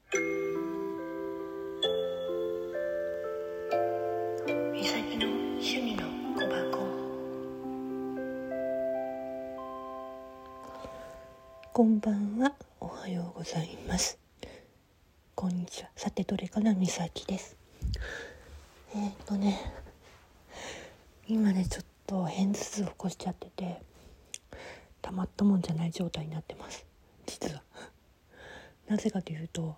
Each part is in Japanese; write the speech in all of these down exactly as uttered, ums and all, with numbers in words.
みさきの趣味の小箱。こんばんは、おはようございます。こんにちは。さて、どれからみさきです。えー、っとね今ねちょっと片頭痛を起こしちゃってて、たまったもんじゃない状態になってます。実はなぜかというと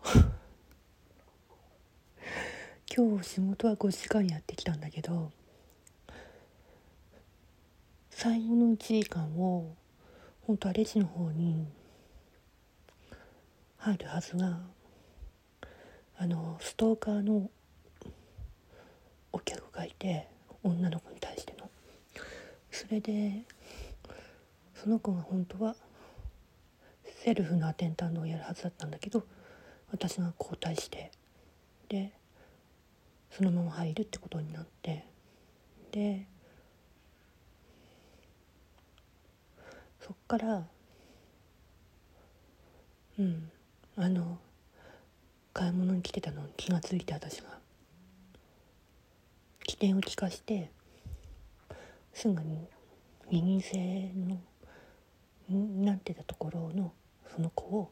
今日仕事はごじかんやってきたんだけど、最後のいちじかんを本当はレジの方に入るはずが、あのストーカーのお客がいて、女の子に対しての。それでその子が本当はセルフのアテンダントをやるはずだったんだけど、私が交代して、でそのまま入るってことになって、でそっからうんあの買い物に来てたのに気がついて、私が起点を利かしてすぐに右背のなってたところのその子を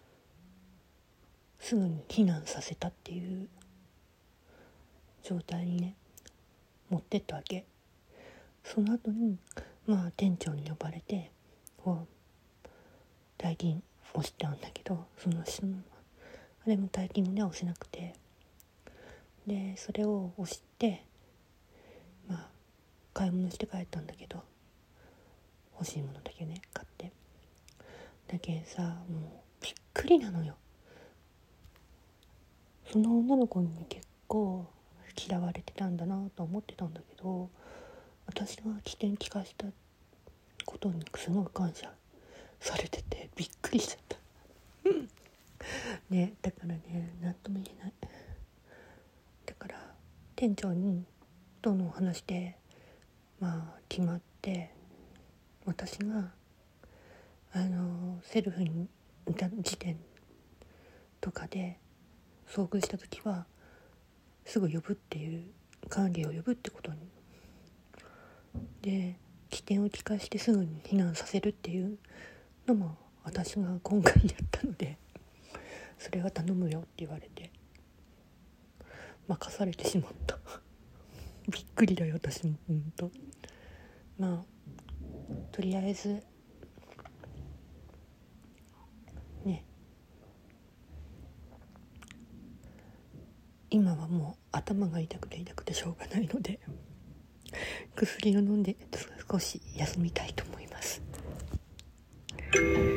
すぐに避難させたっていう状態にね持ってったわけ。その後にまあ店長に呼ばれて代金押したんだけど、その人のあれも代金で押せなくて、でそれを押してまあ買い物して帰ったんだけど、欲しいものだけね買って、だけどさ、もうびっくりなのよ。その女の子に結構嫌われてたんだなと思ってたんだけど、私が起点聞かしたことにすごい感謝されててびっくりしちゃったね。だからね、なんとも言えない。だから店長にどの話でまあ決まって、私があのセルフにいた時点とかで遭遇した時はすぐ呼ぶっていう、管理を呼ぶってことにで、起点を利かしてすぐに避難させるっていうのも私が今回やったので、それは頼むよって言われて任されてしまったびっくりだよ私もほんと。まあとりあえずね、今はもう頭が痛くて痛くてしょうがないので薬を飲んで少し休みたいと思います。